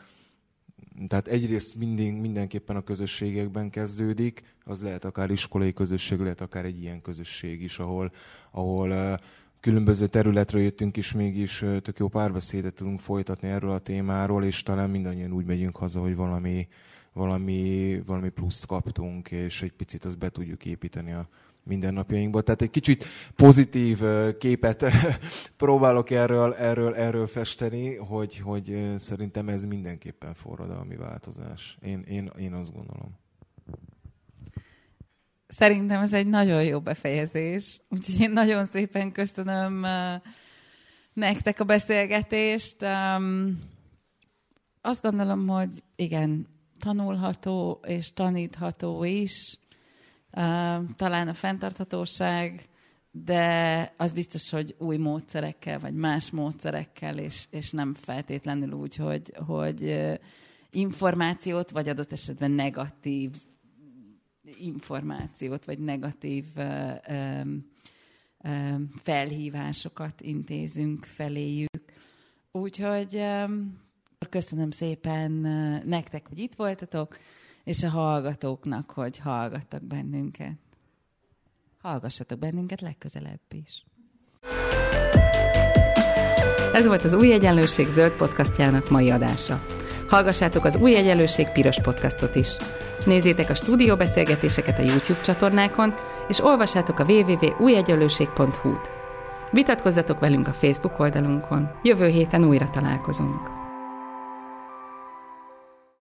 tehát egyrészt minden, mindenképpen a közösségekben kezdődik, az lehet akár iskolai közösség, lehet akár egy ilyen közösség is, ahol, ahol különböző területről jöttünk is, mégis tök jó párbeszédet tudunk folytatni erről a témáról, és talán mindannyian úgy megyünk haza, hogy valami, valami, valami pluszt kaptunk, és egy picit azt be tudjuk építeni a mindennapjainkba. Tehát egy kicsit pozitív képet próbálok erről, erről, erről festeni, hogy, hogy szerintem ez mindenképpen forradalmi változás. Én, én, én azt gondolom. Szerintem ez egy nagyon jó befejezés. Úgyhogy én nagyon szépen köszönöm nektek a beszélgetést. Azt gondolom, hogy igen, tanulható és tanítható is. Talán a fenntarthatóság, de az biztos, hogy új módszerekkel, vagy más módszerekkel, és, és nem feltétlenül úgy, hogy, hogy információt, vagy adott esetben negatív információt, vagy negatív felhívásokat intézünk feléjük. Úgyhogy köszönöm szépen nektek, hogy itt voltatok, és a hallgatóknak, hogy hallgattak bennünket. Hallgassatok bennünket legközelebb is. Ez volt az Új Egyenlőség zöld podcastjának mai adása. Hallgassátok az Új Egyenlőség piros podcastot is. Nézzétek a stúdióbeszélgetéseket a YouTube csatornákon, és olvassátok a double-u double-u double-u pont új egyenlőség pont hu-t. Vitatkozzatok velünk a Facebook oldalunkon. Jövő héten újra találkozunk.